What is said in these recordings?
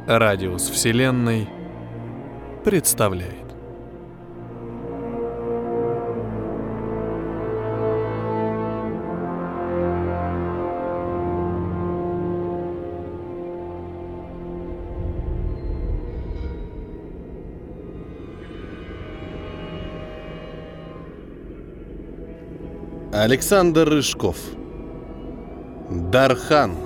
Радиус Вселенной представляет. Александр Рыжков. Дархан.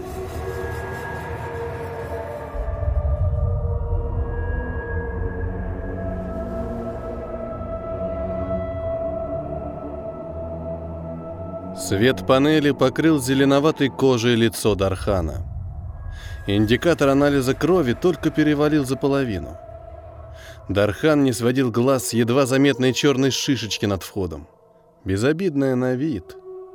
Свет панели покрыл зеленоватой кожей лицо Дархана. Индикатор анализа крови только перевалил за половину. Дархан не сводил глаз с едва заметной черной шишечки над входом. Безобидная на вид.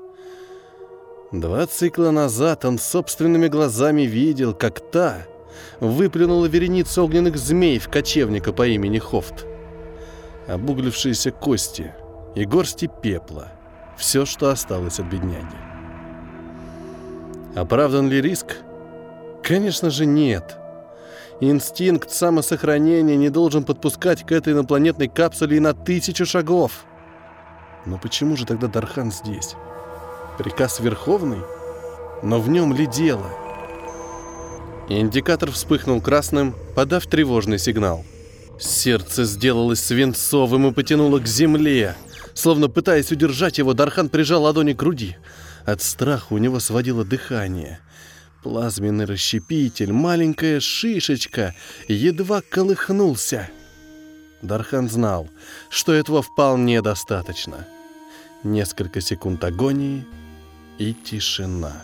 2 цикла назад он собственными глазами видел, как та выплюнула вереницу огненных змей в кочевника по имени Хофт. Обуглившиеся кости и горсти пепла. Все, что осталось от бедняги. Оправдан ли риск? Конечно же нет. Инстинкт самосохранения не должен подпускать к этой инопланетной капсуле и на 1000 шагов. Но почему же тогда Дархан здесь? Приказ Верховный? Но в нем ли дело? Индикатор вспыхнул красным, подав тревожный сигнал. Сердце сделалось свинцовым и потянуло к земле. Словно пытаясь удержать его, Дархан прижал ладони к груди. От страха у него сводило дыхание. Плазменный расщепитель, маленькая шишечка, едва колыхнулся. Дархан знал, что этого вполне достаточно. Несколько секунд агонии и тишина.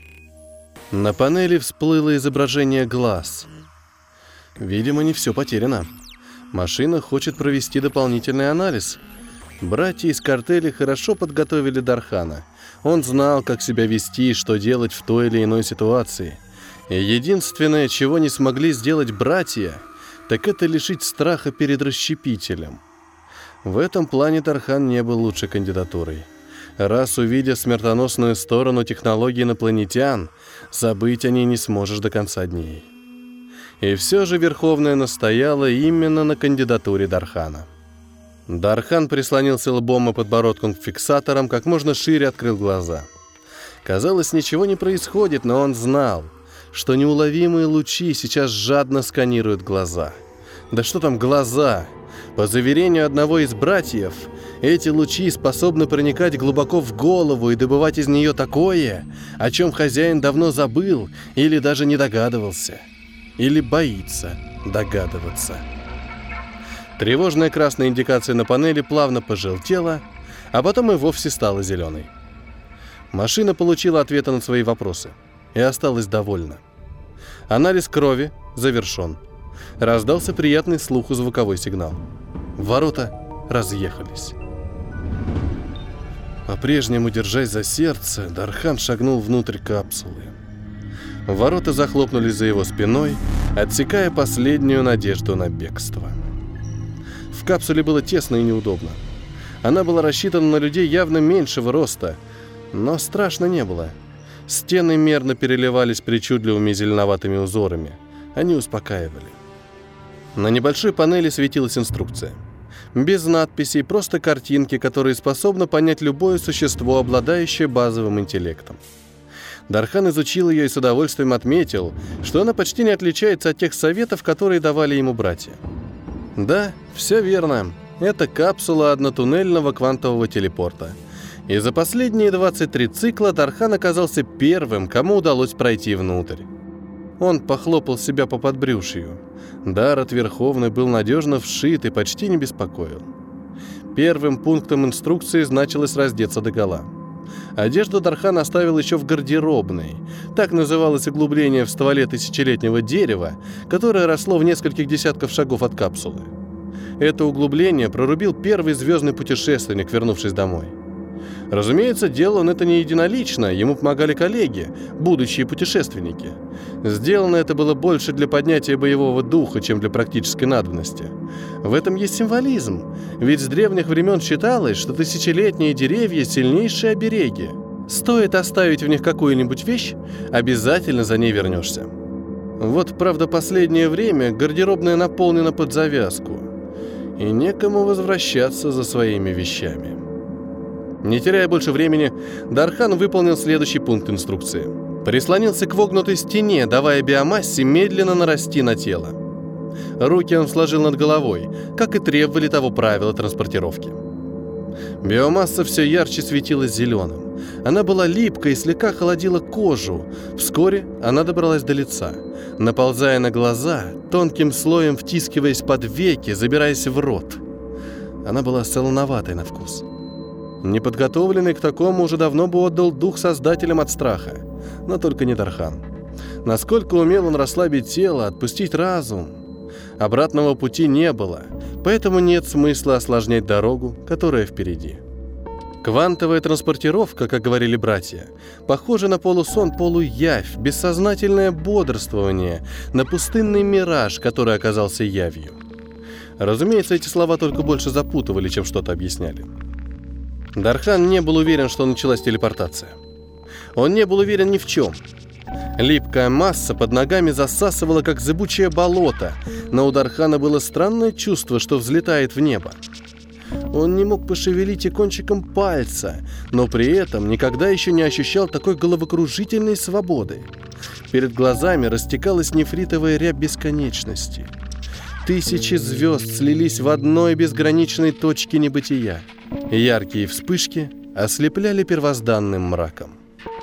На панели всплыло изображение глаз. Видимо, не все потеряно. Машина хочет провести дополнительный анализ. Братья из картеля хорошо подготовили Дархана. Он знал, как себя вести и что делать в той или иной ситуации. И единственное, чего не смогли сделать братья, так это лишить страха перед расщепителем. В этом плане Дархан не был лучшей кандидатурой. Раз увидя смертоносную сторону технологий инопланетян, забыть о ней не сможешь до конца дней. И все же Верховная настояла именно на кандидатуре Дархана. Дархан прислонился лбом и подбородком к фиксаторам, как можно шире открыл глаза. Казалось, ничего не происходит, но он знал, что неуловимые лучи сейчас жадно сканируют глаза. Да что там глаза? По заверению одного из братьев, эти лучи способны проникать глубоко в голову и добывать из нее такое, о чем хозяин давно забыл или даже не догадывался. Или боится догадываться. Тревожная красная индикация на панели плавно пожелтела, а потом и вовсе стала зеленой. Машина получила ответы на свои вопросы и осталась довольна. Анализ крови завершен. Раздался приятный слуху звуковой сигнал. Ворота разъехались. По-прежнему, держась за сердце, Дархан шагнул внутрь капсулы. Ворота захлопнулись за его спиной, отсекая последнюю надежду на бегство. В капсуле было тесно и неудобно. Она была рассчитана на людей явно меньшего роста, но страшно не было. Стены мерно переливались причудливыми зеленоватыми узорами. Они успокаивали. На небольшой панели светилась инструкция. Без надписей, просто картинки, которые способны понять любое существо, обладающее базовым интеллектом. Дархан изучил ее и с удовольствием отметил, что она почти не отличается от тех советов, которые давали ему братья. Да, все верно. Это капсула однотуннельного квантового телепорта. И за последние 23 цикла Дархан оказался первым, кому удалось пройти внутрь. Он похлопал себя по подбрюшью. Дар от Верховной был надежно вшит и почти не беспокоил. Первым пунктом инструкции значилось раздеться догола. Одежду Дархан оставил еще в гардеробной. Так называлось углубление в стволе тысячелетнего дерева, которое росло в нескольких десятков шагов от капсулы. Это углубление прорубил первый звездный путешественник, вернувшись домой. Разумеется, делал он это не единолично, ему помогали коллеги, будущие путешественники. Сделано это было больше для поднятия боевого духа, чем для практической надобности. В этом есть символизм, ведь с древних времен считалось, что тысячелетние деревья – сильнейшие обереги. Стоит оставить в них какую-нибудь вещь, обязательно за ней вернешься. Вот, правда, последнее время гардеробная наполнена под завязку, и некому возвращаться за своими вещами. Не теряя больше времени, Дархан выполнил следующий пункт инструкции. Прислонился к вогнутой стене, давая биомассе медленно нарасти на тело. Руки он сложил над головой, как и требовали того правила транспортировки. Биомасса все ярче светилась зеленым. Она была липкой и слегка холодила кожу. Вскоре она добралась до лица, наползая на глаза, тонким слоем втискиваясь под веки, забираясь в рот. Она была солоноватой на вкус. Неподготовленный к такому уже давно бы отдал дух создателям от страха. Но только не Дархан. Насколько умел он расслабить тело, отпустить разум. Обратного пути не было, поэтому нет смысла осложнять дорогу, которая впереди. Квантовая транспортировка, как говорили братья, похожа на полусон, полуявь, бессознательное бодрствование, на пустынный мираж, который оказался явью. Разумеется, эти слова только больше запутывали, чем что-то объясняли. Дархан не был уверен, что началась телепортация. Он не был уверен ни в чем. Липкая масса под ногами засасывала, как зыбучее болото, но у Дархана было странное чувство, что взлетает в небо. Он не мог пошевелить и кончиком пальца, но при этом никогда еще не ощущал такой головокружительной свободы. Перед глазами растекалась нефритовая рябь бесконечности. Тысячи звезд слились в одной безграничной точке небытия. Яркие вспышки ослепляли первозданным мраком.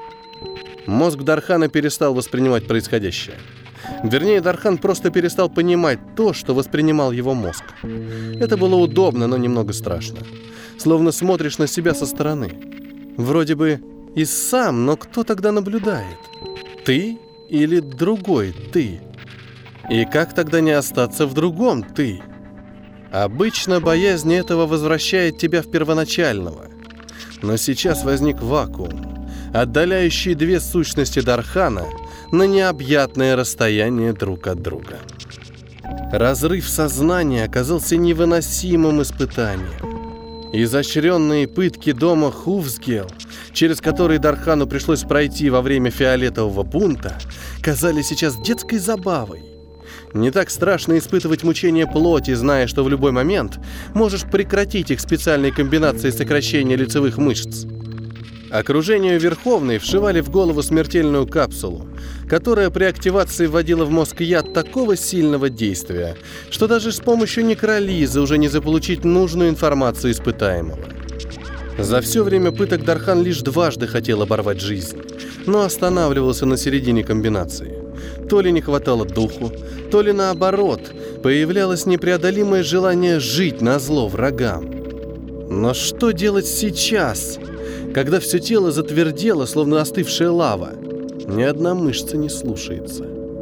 Мозг Дархана перестал воспринимать происходящее. Вернее, Дархан просто перестал понимать то, что воспринимал его мозг. Это было удобно, но немного страшно. Словно смотришь на себя со стороны. Вроде бы и сам, но кто тогда наблюдает? Ты или другой ты? И как тогда не остаться в другом ты? Обычно боязнь этого возвращает тебя в первоначального. Но сейчас возник вакуум, отдаляющий две сущности Дархана на необъятное расстояние друг от друга. Разрыв сознания оказался невыносимым испытанием. Изощренные пытки дома Хувсгел, через которые Дархану пришлось пройти во время фиолетового бунта, казались сейчас детской забавой. Не так страшно испытывать мучения плоти, зная, что в любой момент можешь прекратить их специальной комбинацией сокращения лицевых мышц. Окружению Верховной вшивали в голову смертельную капсулу, которая при активации вводила в мозг яд такого сильного действия, что даже с помощью некролиза уже не заполучить нужную информацию испытаемого. За все время пыток Дархан лишь дважды хотел оборвать жизнь, но останавливался на середине комбинации. То ли не хватало духу, то ли наоборот, появлялось непреодолимое желание жить назло врагам. Но что делать сейчас, когда все тело затвердело, словно остывшая лава? Ни одна мышца не слушается.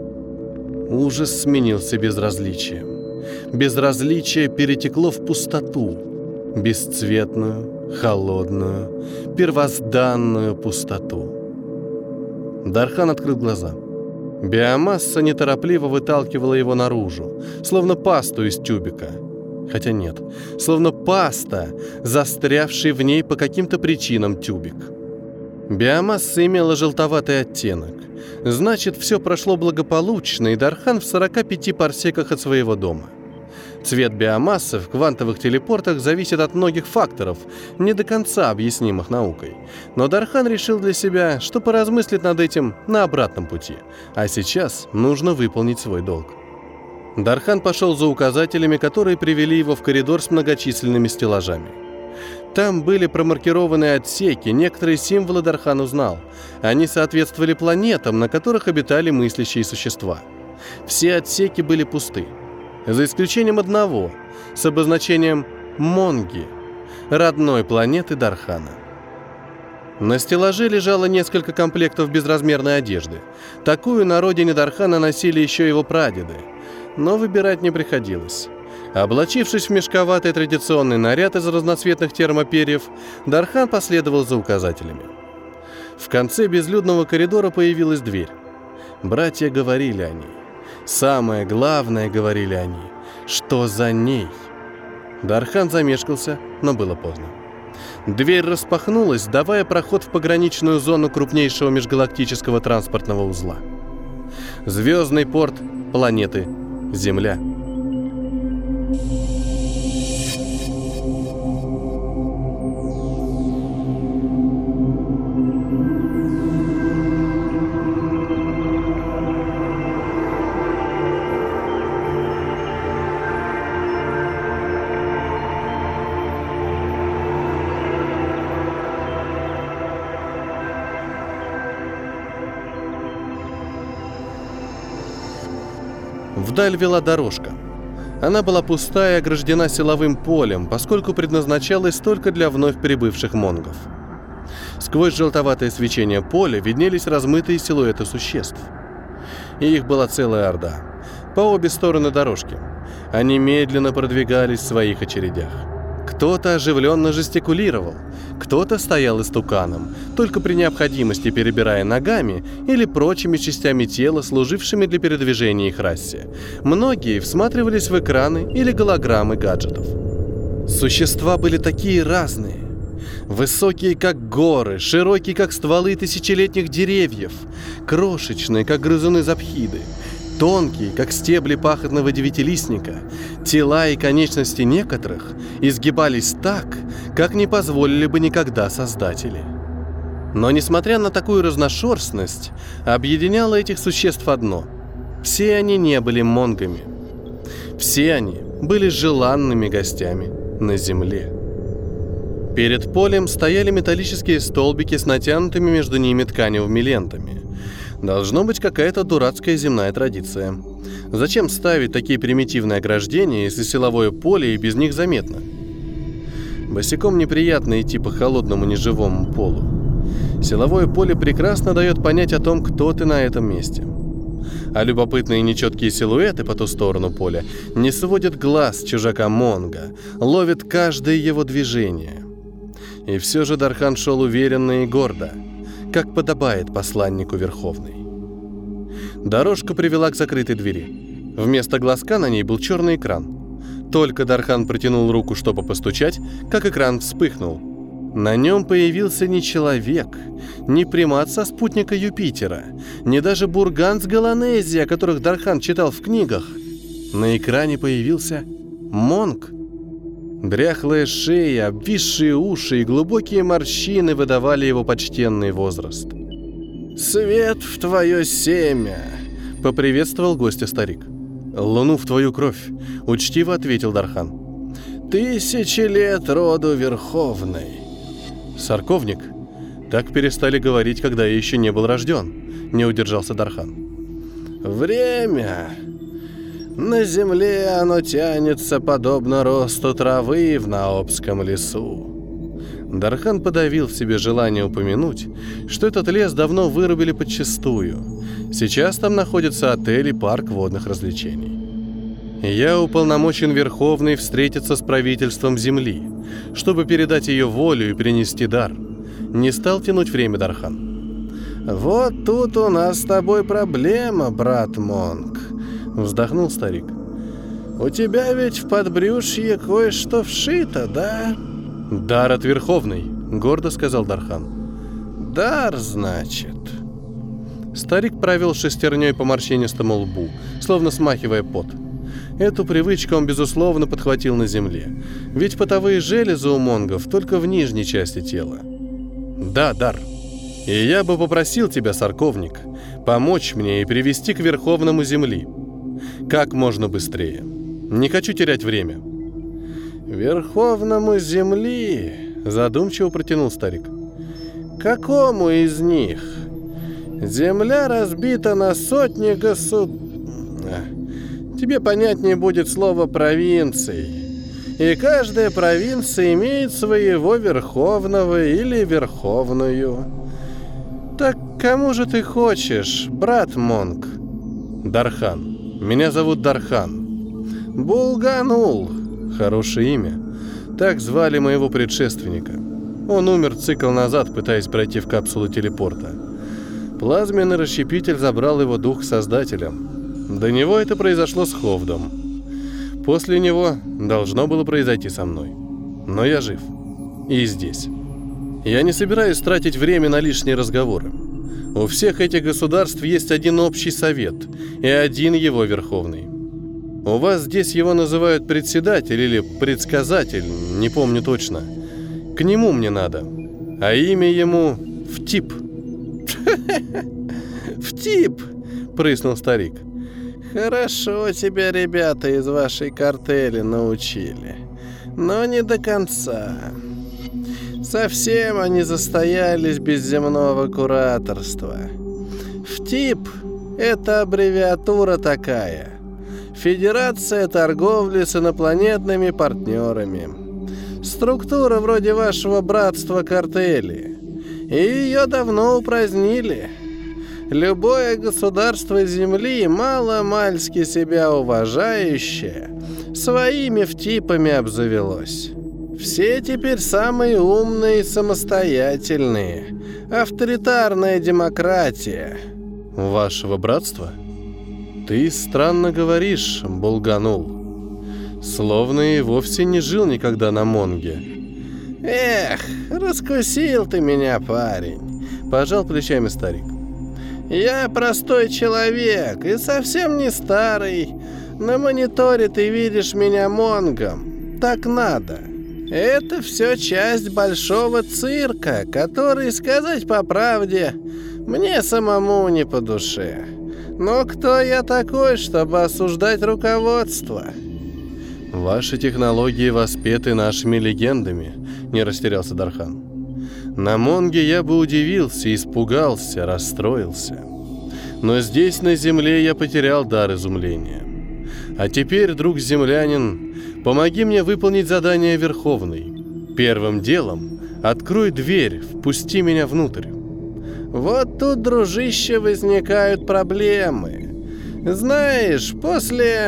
Ужас сменился безразличием. Безразличие перетекло в пустоту. Бесцветную, холодную, первозданную пустоту. Дархан открыл глаза. Биомасса неторопливо выталкивала его наружу, словно пасту из тюбика. Хотя нет, словно паста, застрявший в ней по каким-то причинам тюбик. Биомасса имела желтоватый оттенок. Значит, все прошло благополучно, и Дархан в 45 парсеках от своего дома. Цвет биомассы в квантовых телепортах зависит от многих факторов, не до конца объяснимых наукой. Но Дархан решил для себя, что поразмыслит над этим на обратном пути. А сейчас нужно выполнить свой долг. Дархан пошел за указателями, которые привели его в коридор с многочисленными стеллажами. Там были промаркированы отсеки, некоторые символы Дархан узнал. Они соответствовали планетам, на которых обитали мыслящие существа. Все отсеки были пусты. За исключением одного, с обозначением Монги, родной планеты Дархана. На стеллаже лежало несколько комплектов безразмерной одежды. Такую на родине Дархана носили еще его прадеды. Но выбирать не приходилось. Облачившись в мешковатый традиционный наряд из разноцветных термоперьев, Дархан последовал за указателями. В конце безлюдного коридора появилась дверь. Братья говорили о ней. Самое главное, говорили они, что за ней. Дархан замешкался, но было поздно. Дверь распахнулась, давая проход в пограничную зону крупнейшего межгалактического транспортного узла. Звездный порт планеты Земля. Вдаль вела дорожка. Она была пустая и ограждена силовым полем, поскольку предназначалась только для вновь прибывших монгов. Сквозь желтоватое свечение поля виднелись размытые силуэты существ. И их была целая орда. По обе стороны дорожки. Они медленно продвигались в своих очередях. Кто-то оживленно жестикулировал, кто-то стоял истуканом, только при необходимости перебирая ногами или прочими частями тела, служившими для передвижения их расе. Многие всматривались в экраны или голограммы гаджетов. Существа были такие разные. Высокие, как горы, широкие, как стволы тысячелетних деревьев, крошечные, как грызуны запхиды, тонкие, как стебли пахотного девятилистника. Тела и конечности некоторых изгибались так, как не позволили бы никогда создатели. Но, несмотря на такую разношерстность, объединяло этих существ одно – все они не были монгами. Все они были желанными гостями на Земле. Перед полем стояли металлические столбики с натянутыми между ними тканевыми лентами. Должно быть какая-то дурацкая земная традиция. Зачем ставить такие примитивные ограждения, если силовое поле и без них заметно? Босиком неприятно идти по холодному неживому полу. Силовое поле прекрасно дает понять о том, кто ты на этом месте. А любопытные нечеткие силуэты по ту сторону поля не сводят глаз чужака Монга, ловят каждое его движение. И все же Дархан шел уверенно и гордо, как подобает посланнику Верховной. Дорожка привела к закрытой двери. Вместо глазка на ней был черный экран. Только Дархан протянул руку, чтобы постучать, как экран вспыхнул. На нем появился не человек, не примат со спутника Юпитера, не даже бурган с Галанезии, о которых Дархан читал в книгах. На экране появился монг. Дряхлая шея, обвисшие уши и глубокие морщины выдавали его почтенный возраст. «Свет в твое семя!» — поприветствовал гостя старик. «Луну в твою кровь!» — учтиво ответил Дархан. 1000 лет роду Верховной!» «Сарковник?» Так перестали говорить, когда я еще не был рожден, не удержался Дархан. «Время! На земле оно тянется, подобно росту травы в Наобском лесу». Дархан подавил в себе желание упомянуть, что этот лес давно вырубили подчистую. Сейчас там находится отель и парк водных развлечений. Я уполномочен Верховной встретиться с правительством Земли, чтобы передать ее волю и принести дар. Не стал тянуть время Дархан. «Вот тут у нас с тобой проблема, брат Монг», — вздохнул старик. «У тебя ведь в подбрюшье кое-что вшито, да?» «Дар от Верховной», — гордо сказал Дархан. «Дар, значит?» Старик провел шестерней по морщинистому лбу, словно смахивая пот. Эту привычку он, безусловно, подхватил на земле, ведь потовые железы у монгов только в нижней части тела. «Да, дар. И я бы попросил тебя, Сарковник, помочь мне и привести к Верховному Земли. Как можно быстрее. Не хочу терять время». «Верховному Земли?» — задумчиво протянул старик. «Какому из них? Земля разбита на сотни Тебе понятнее будет слово «провинций». И каждая провинция имеет своего верховного или верховную. Так кому же ты хочешь, брат Монг?» «Дархан. Меня зовут Дархан». «Булганул». Хорошее имя. Так звали моего предшественника. Он умер цикл назад, пытаясь пройти в капсулу телепорта. Плазменный расщепитель забрал его дух создателям. До него это произошло с Ховдом. После него должно было произойти со мной. Но я жив. И здесь. Я не собираюсь тратить время на лишние разговоры. У всех этих государств есть один общий совет и один его верховный. У вас здесь его называют председатель или предсказатель, не помню точно. К нему мне надо, а имя ему Втип». «Втип!» — прыснул старик. «Хорошо тебя ребята из вашей картели научили, но не до конца. Совсем они застоялись без земного кураторства. Втип — это аббревиатура такая. Федерация торговли с инопланетными партнерами. Структура вроде вашего братства картели. И ее давно упразднили. Любое государство Земли, мало-мальски себя уважающее, своими втипами обзавелось. Все теперь самые умные и самостоятельные. Авторитарная демократия». «Вашего братства? Ты странно говоришь, Булганул. Словно и вовсе не жил никогда на Монге». «Эх, раскусил ты меня, парень», — пожал плечами старик. «Я простой человек и совсем не старый. На мониторе ты видишь меня монгом. Так надо. Это все часть большого цирка, который, сказать по правде, мне самому не по душе. Но кто я такой, чтобы осуждать руководство?» «Ваши технологии воспеты нашими легендами», — не растерялся Дархан. «На Монге я бы удивился, испугался, расстроился. Но здесь, на Земле, я потерял дар изумления. А теперь, друг-землянин, помоги мне выполнить задание Верховной. Первым делом открой дверь, впусти меня внутрь». «Вот тут, дружище, возникают проблемы. Знаешь, после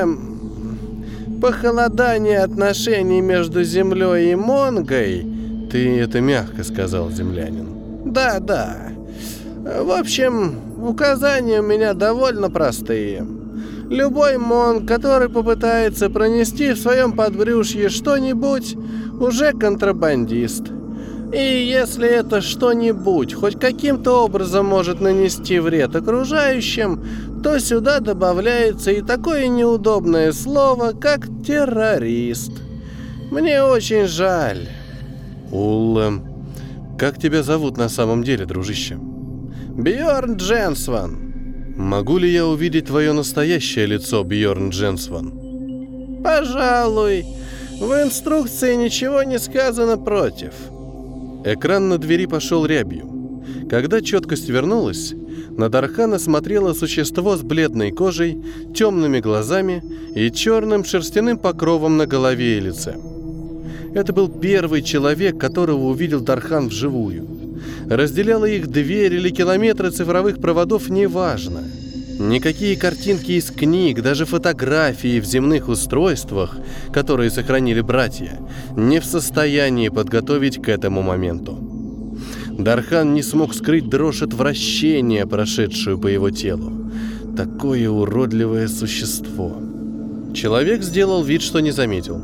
похолодания отношений между Землей и Монгой...» «Ты это мягко сказал, землянин». «Да. В общем, указания у меня довольно простые. Любой монг, который попытается пронести в своем подбрюшье что-нибудь, уже контрабандист. И если это что-нибудь хоть каким-то образом может нанести вред окружающим, то сюда добавляется и такое неудобное слово, как террорист. Мне очень жаль». «Уллэм, как тебя зовут на самом деле, дружище?» «Бьорн Дженсван». «Могу ли я увидеть твое настоящее лицо, Бьорн Дженсван?» «Пожалуй. В инструкции ничего не сказано против». Экран на двери пошел рябью. Когда четкость вернулась, на Дархана смотрело существо с бледной кожей, темными глазами и черным шерстяным покровом на голове и лице. Это был первый человек, которого увидел Дархан вживую. Разделяла их дверь или километры цифровых проводов, неважно. Никакие картинки из книг, даже фотографии в земных устройствах, которые сохранили братья, не в состоянии подготовить к этому моменту. Дархан не смог скрыть дрожь отвращения, прошедшую по его телу. Такое уродливое существо. Человек сделал вид, что не заметил.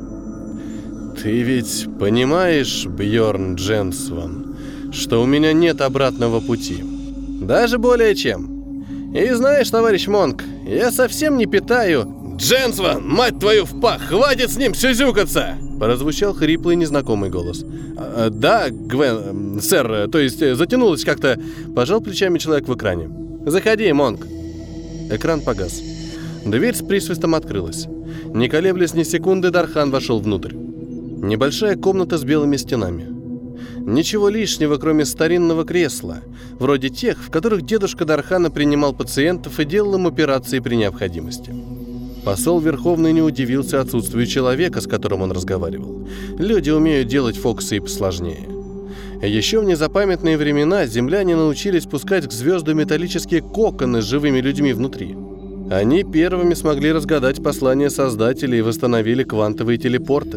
«Ты ведь понимаешь, Бьорн Дженсван, что у меня нет обратного пути?» «Даже более чем. И знаешь, товарищ Монг, я совсем не питаю...» «Дженсван, мать твою в пах, хватит с ним сюзюкаться!» Прозвучал хриплый незнакомый голос. «Да, Гвен, сэр, то есть затянулось как-то...» Пожал плечами человек в экране. «Заходи, Монг». Экран погас. Дверь с присвистом открылась. Не колеблясь ни секунды, Дархан вошел внутрь. Небольшая комната с белыми стенами. Ничего лишнего, кроме старинного кресла, вроде тех, в которых дедушка Дархана принимал пациентов и делал им операции при необходимости. Посол Верховный не удивился отсутствию человека, с которым он разговаривал. Люди умеют делать фокусы и посложнее. Еще в незапамятные времена земляне научились пускать к звездам металлические коконы с живыми людьми внутри. Они первыми смогли разгадать послание Создателя и восстановили квантовые телепорты.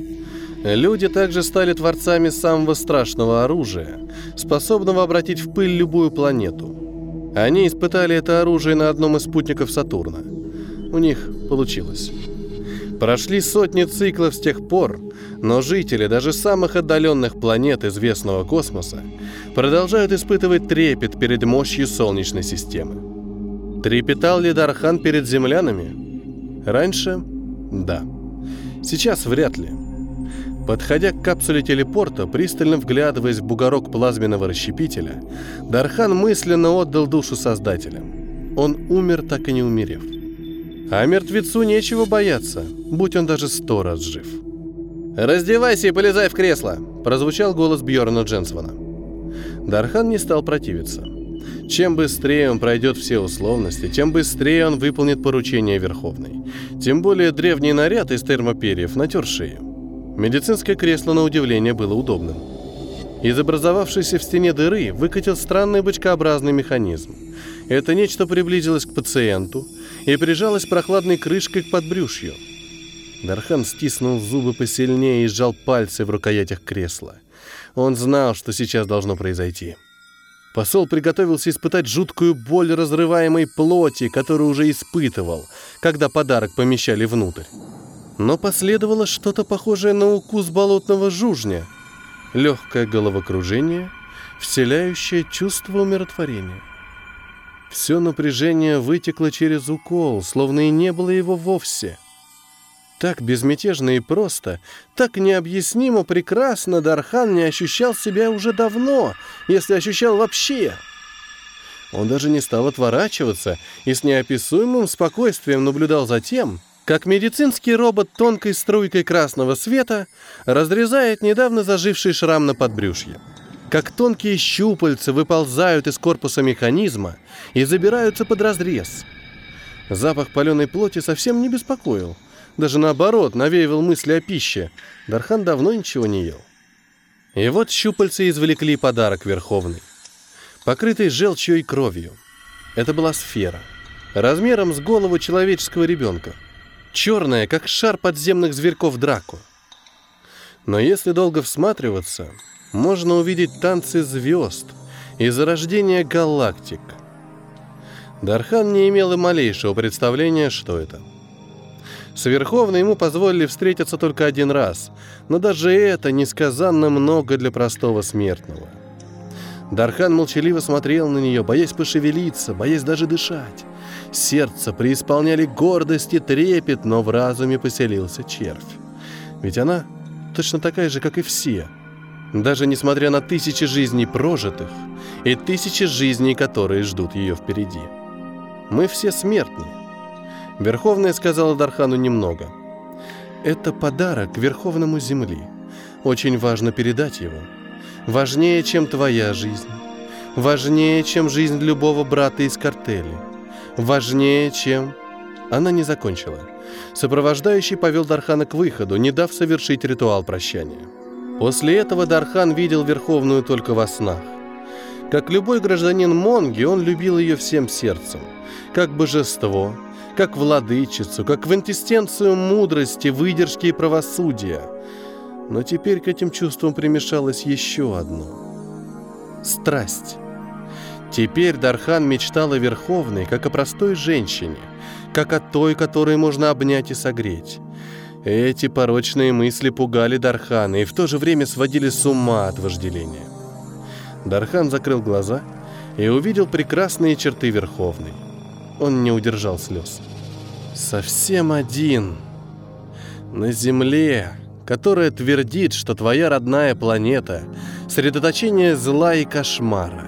Люди также стали творцами самого страшного оружия, способного обратить в пыль любую планету. Они испытали это оружие на одном из спутников У них получилось. Прошли сотни циклов с тех пор, Но жители даже самых отдаленных планет известного космоса продолжают испытывать трепет перед мощью Солнечной системы. Трепетал ли Дархан перед землянами? Раньше – да. Сейчас вряд ли. Подходя к капсуле телепорта, пристально вглядываясь в бугорок плазменного расщепителя, Дархан мысленно отдал душу Создателям. Он умер, так и не умерев. А мертвецу нечего бояться, будь он даже 100 раз жив. «Раздевайся и полезай в кресло!» – прозвучал голос Бьорна Дженсвана. Дархан не стал противиться. Чем быстрее он пройдет все условности, тем быстрее он выполнит поручение Верховной. Тем более древний наряд из термоперьев натер шею. Медицинское кресло, на удивление, было удобным. Из образовавшейся в стене дыры выкатил странный бочкообразный механизм. Это нечто приблизилось к пациенту и прижалось прохладной крышкой к подбрюшью. Дархан стиснул зубы посильнее и сжал пальцы в рукоятях кресла. Он знал, что сейчас должно произойти. Посол приготовился испытать жуткую боль разрываемой плоти, которую уже испытывал, когда подарок помещали внутрь. Но последовало что-то похожее на укус болотного жужня. Легкое головокружение, вселяющее чувство умиротворения. Все напряжение вытекло через укол, словно и не было его вовсе. Так безмятежно и просто, так необъяснимо прекрасно Дархан не ощущал себя уже давно, если ощущал вообще. Он даже не стал отворачиваться и с неописуемым спокойствием наблюдал за тем, как медицинский робот тонкой струйкой красного света разрезает недавно заживший шрам на подбрюшье, как тонкие щупальца выползают из корпуса механизма и забираются под разрез. Запах паленой плоти совсем не беспокоил. Даже наоборот, навеивал мысли о пище. Дархан давно ничего не ел. И вот щупальца извлекли подарок Верховной, покрытый желчью и кровью. Это была сфера, размером с голову человеческого ребенка, черная, как шар подземных зверьков Драко. Но если долго всматриваться, можно увидеть танцы звезд и зарождение галактик. Дархан не имел и малейшего представления, что это. С Верховной ему позволили встретиться только один раз, но даже это несказанно много для простого смертного. Дархан молчаливо смотрел на нее, боясь пошевелиться, боясь даже дышать. Сердце преисполняли гордость и трепет, но в разуме поселился червь. Ведь она точно такая же, как и все, даже несмотря на 1000 жизней прожитых и 1000 жизней, которые ждут ее впереди. Мы все смертны. Верховная сказала Дархану немного. Это подарок Верховному Земли. Очень важно передать его. Важнее, чем твоя жизнь. Важнее, чем жизнь любого брата из картели. Важнее, чем... Она не закончила. Сопровождающий повел Дархана к выходу, не дав совершить ритуал прощания. После этого Дархан видел Верховную только во снах. Как любой гражданин Монги, он любил ее всем сердцем. Как божество, как владычицу, как квинтэссенцию мудрости, выдержки и правосудия. Но теперь к этим чувствам примешалось еще одно – страсть. Теперь Дархан мечтал о Верховной, как о простой женщине, как о той, которую можно обнять и согреть. Эти порочные мысли пугали Дархана и в то же время сводили с ума от вожделения. Дархан закрыл глаза и увидел прекрасные черты Верховной. Он не удержал слез. Совсем один. На Земле, которая твердит, что твоя родная планета — средоточение зла и кошмара.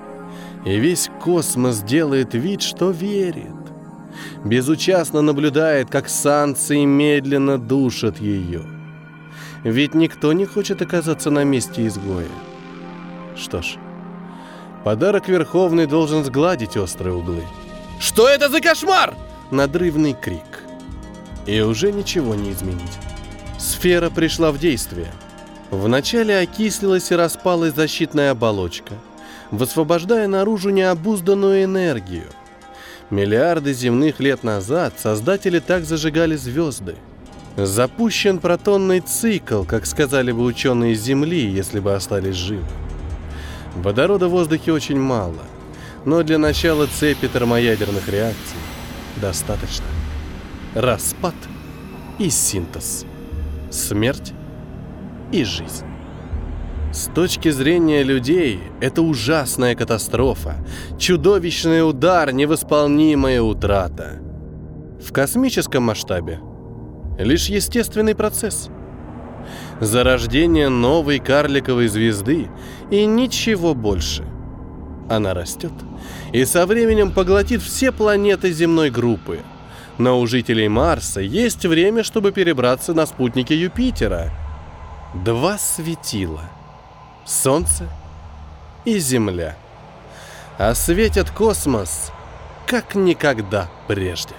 И весь космос делает вид, что верит. Безучастно наблюдает, как санкции медленно душат ее. Ведь никто не хочет оказаться на месте изгоя. Что ж, подарок Верховной должен сгладить острые углы. «Что это за кошмар?» Надрывный крик. И уже ничего не изменить. Сфера пришла в действие. Вначале окислилась и распалась защитная оболочка, высвобождая наружу необузданную энергию. Миллиарды земных лет назад создатели так зажигали звезды. Запущен протонный цикл, как сказали бы ученые Земли, если бы остались живы. Водорода в воздухе очень мало, но для начала цепи термоядерных реакций достаточно. Распад и синтез. Смерть и жизнь. С точки зрения людей, это ужасная катастрофа, чудовищный удар, невосполнимая утрата. В космическом масштабе лишь естественный процесс. Зарождение новой карликовой звезды и ничего больше. Она растет и со временем поглотит все планеты земной группы. Но у жителей Марса есть время, чтобы перебраться на спутники Юпитера. 2 светила — Солнце и Земля. Осветят космос как никогда прежде.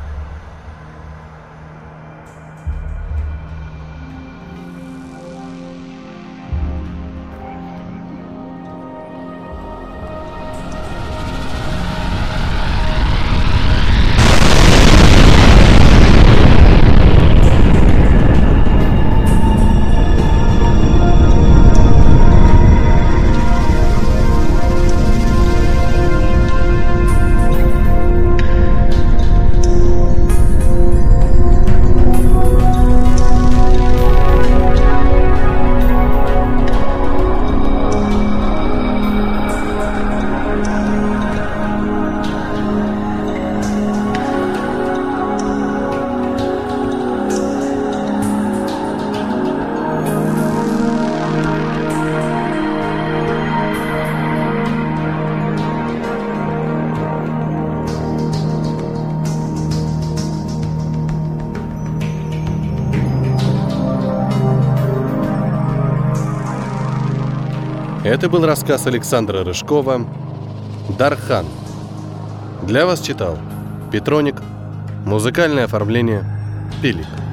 Это был рассказ Александра Рыжкова «Дархан». Для вас читал Петроник. Музыкальное оформление Пилик.